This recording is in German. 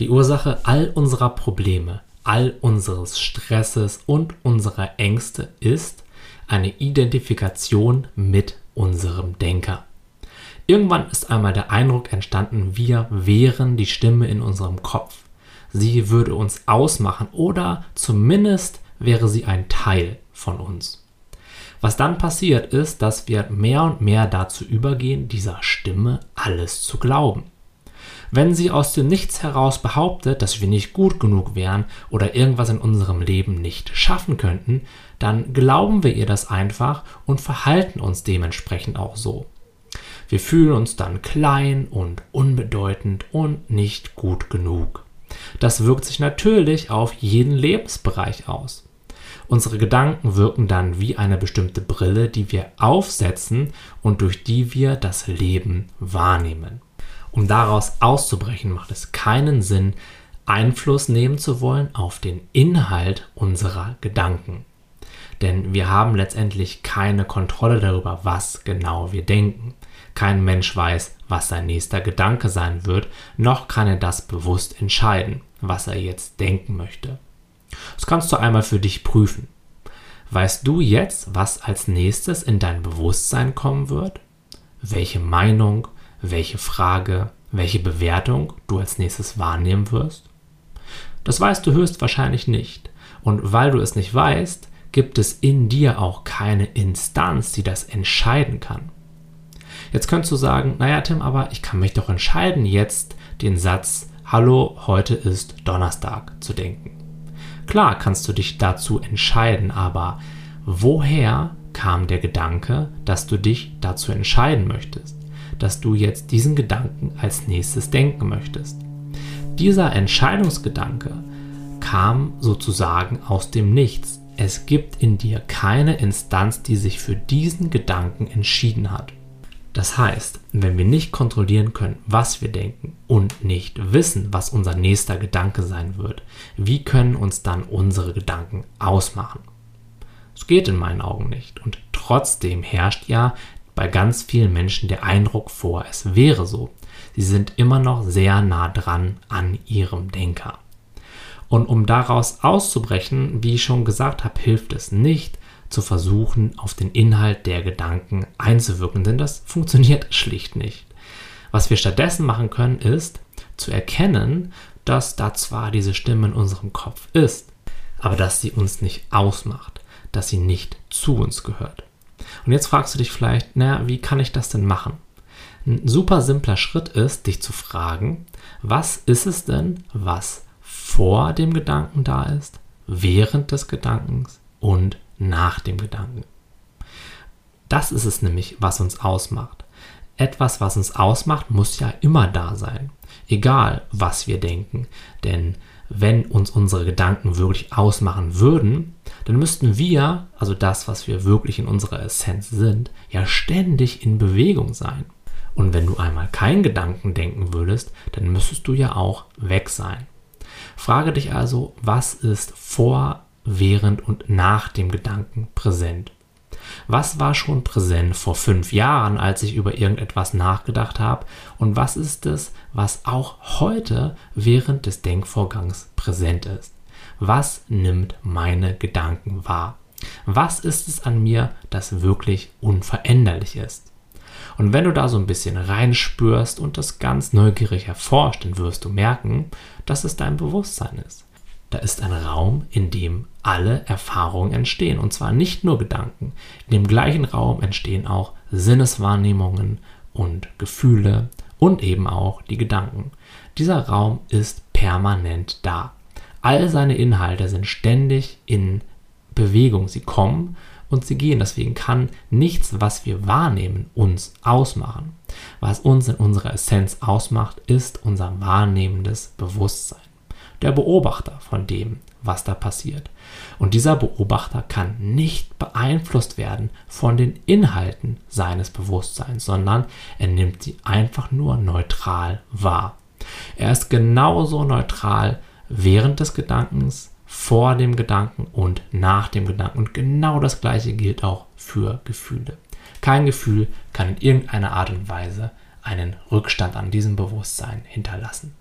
Die Ursache all unserer Probleme, all unseres Stresses und unserer Ängste ist eine Identifikation mit unserem Denker. Irgendwann ist einmal der Eindruck entstanden, wir wären die Stimme in unserem Kopf. Sie würde uns ausmachen oder zumindest wäre sie ein Teil von uns. Was dann passiert ist, dass wir mehr und mehr dazu übergehen, dieser Stimme alles zu glauben. Wenn sie aus dem Nichts heraus behauptet, dass wir nicht gut genug wären oder irgendwas in unserem Leben nicht schaffen könnten, dann glauben wir ihr das einfach und verhalten uns dementsprechend auch so. Wir fühlen uns dann klein und unbedeutend und nicht gut genug. Das wirkt sich natürlich auf jeden Lebensbereich aus. Unsere Gedanken wirken dann wie eine bestimmte Brille, die wir aufsetzen und durch die wir das Leben wahrnehmen. Um daraus auszubrechen, macht es keinen Sinn, Einfluss nehmen zu wollen auf den Inhalt unserer Gedanken. Denn wir haben letztendlich keine Kontrolle darüber, was genau wir denken. Kein Mensch weiß, was sein nächster Gedanke sein wird, noch kann er das bewusst entscheiden, was er jetzt denken möchte. Das kannst du einmal für dich prüfen. Weißt du jetzt, was als nächstes in dein Bewusstsein kommen wird? Welche Meinung, welche Frage, welche Bewertung du als nächstes wahrnehmen wirst? Das weißt du höchstwahrscheinlich nicht. Und weil du es nicht weißt, gibt es in dir auch keine Instanz, die das entscheiden kann. Jetzt könntest du sagen, naja Tim, aber ich kann mich doch entscheiden, jetzt den Satz Hallo, heute ist Donnerstag zu denken. Klar kannst du dich dazu entscheiden, aber woher kam der Gedanke, dass du dich dazu entscheiden möchtest? Dass du jetzt diesen Gedanken als nächstes denken möchtest. Dieser Entscheidungsgedanke kam sozusagen aus dem Nichts. Es gibt in dir keine Instanz, die sich für diesen Gedanken entschieden hat. Das heißt, wenn wir nicht kontrollieren können, was wir denken und nicht wissen, was unser nächster Gedanke sein wird, wie können uns dann unsere Gedanken ausmachen? Es geht in meinen Augen nicht. Und trotzdem herrscht ja bei ganz vielen Menschen der Eindruck vor, es wäre so. Sie sind immer noch sehr nah dran an ihrem Denker. Und um daraus auszubrechen, wie ich schon gesagt habe, hilft es nicht, zu versuchen, auf den Inhalt der Gedanken einzuwirken, denn das funktioniert schlicht nicht. Was wir stattdessen machen können, ist zu erkennen, dass da zwar diese Stimme in unserem Kopf ist, aber dass sie uns nicht ausmacht, dass sie nicht zu uns gehört. Und jetzt fragst du dich vielleicht, naja, wie kann ich das denn machen? Ein super simpler Schritt ist, dich zu fragen, was ist es denn, was vor dem Gedanken da ist, während des Gedankens und nach dem Gedanken. Das ist es nämlich, was uns ausmacht. Etwas, was uns ausmacht, muss ja immer da sein. Egal, was wir denken. Denn wenn uns unsere Gedanken wirklich ausmachen würden, dann müssten wir, also das, was wir wirklich in unserer Essenz sind, ja ständig in Bewegung sein. Und wenn du einmal keinen Gedanken denken würdest, dann müsstest du ja auch weg sein. Frage dich also, was ist vor, während und nach dem Gedanken präsent? Was war schon präsent vor 5 Jahren, als ich über irgendetwas nachgedacht habe? Und was ist es, was auch heute während des Denkvorgangs präsent ist? Was nimmt meine Gedanken wahr? Was ist es an mir, das wirklich unveränderlich ist? Und wenn du da so ein bisschen reinspürst und das ganz neugierig erforscht, dann wirst du merken, dass es dein Bewusstsein ist. Da ist ein Raum, in dem alle Erfahrungen entstehen. Und zwar nicht nur Gedanken. In dem gleichen Raum entstehen auch Sinneswahrnehmungen und Gefühle und eben auch die Gedanken. Dieser Raum ist permanent da. All seine Inhalte sind ständig in Bewegung. Sie kommen und sie gehen. Deswegen kann nichts, was wir wahrnehmen, uns ausmachen. Was uns in unserer Essenz ausmacht, ist unser wahrnehmendes Bewusstsein. Der Beobachter von dem, was da passiert. Und dieser Beobachter kann nicht beeinflusst werden von den Inhalten seines Bewusstseins, sondern er nimmt sie einfach nur neutral wahr. Er ist genauso neutral während des Gedankens, vor dem Gedanken und nach dem Gedanken. Und genau das Gleiche gilt auch für Gefühle. Kein Gefühl kann in irgendeiner Art und Weise einen Rückstand an diesem Bewusstsein hinterlassen.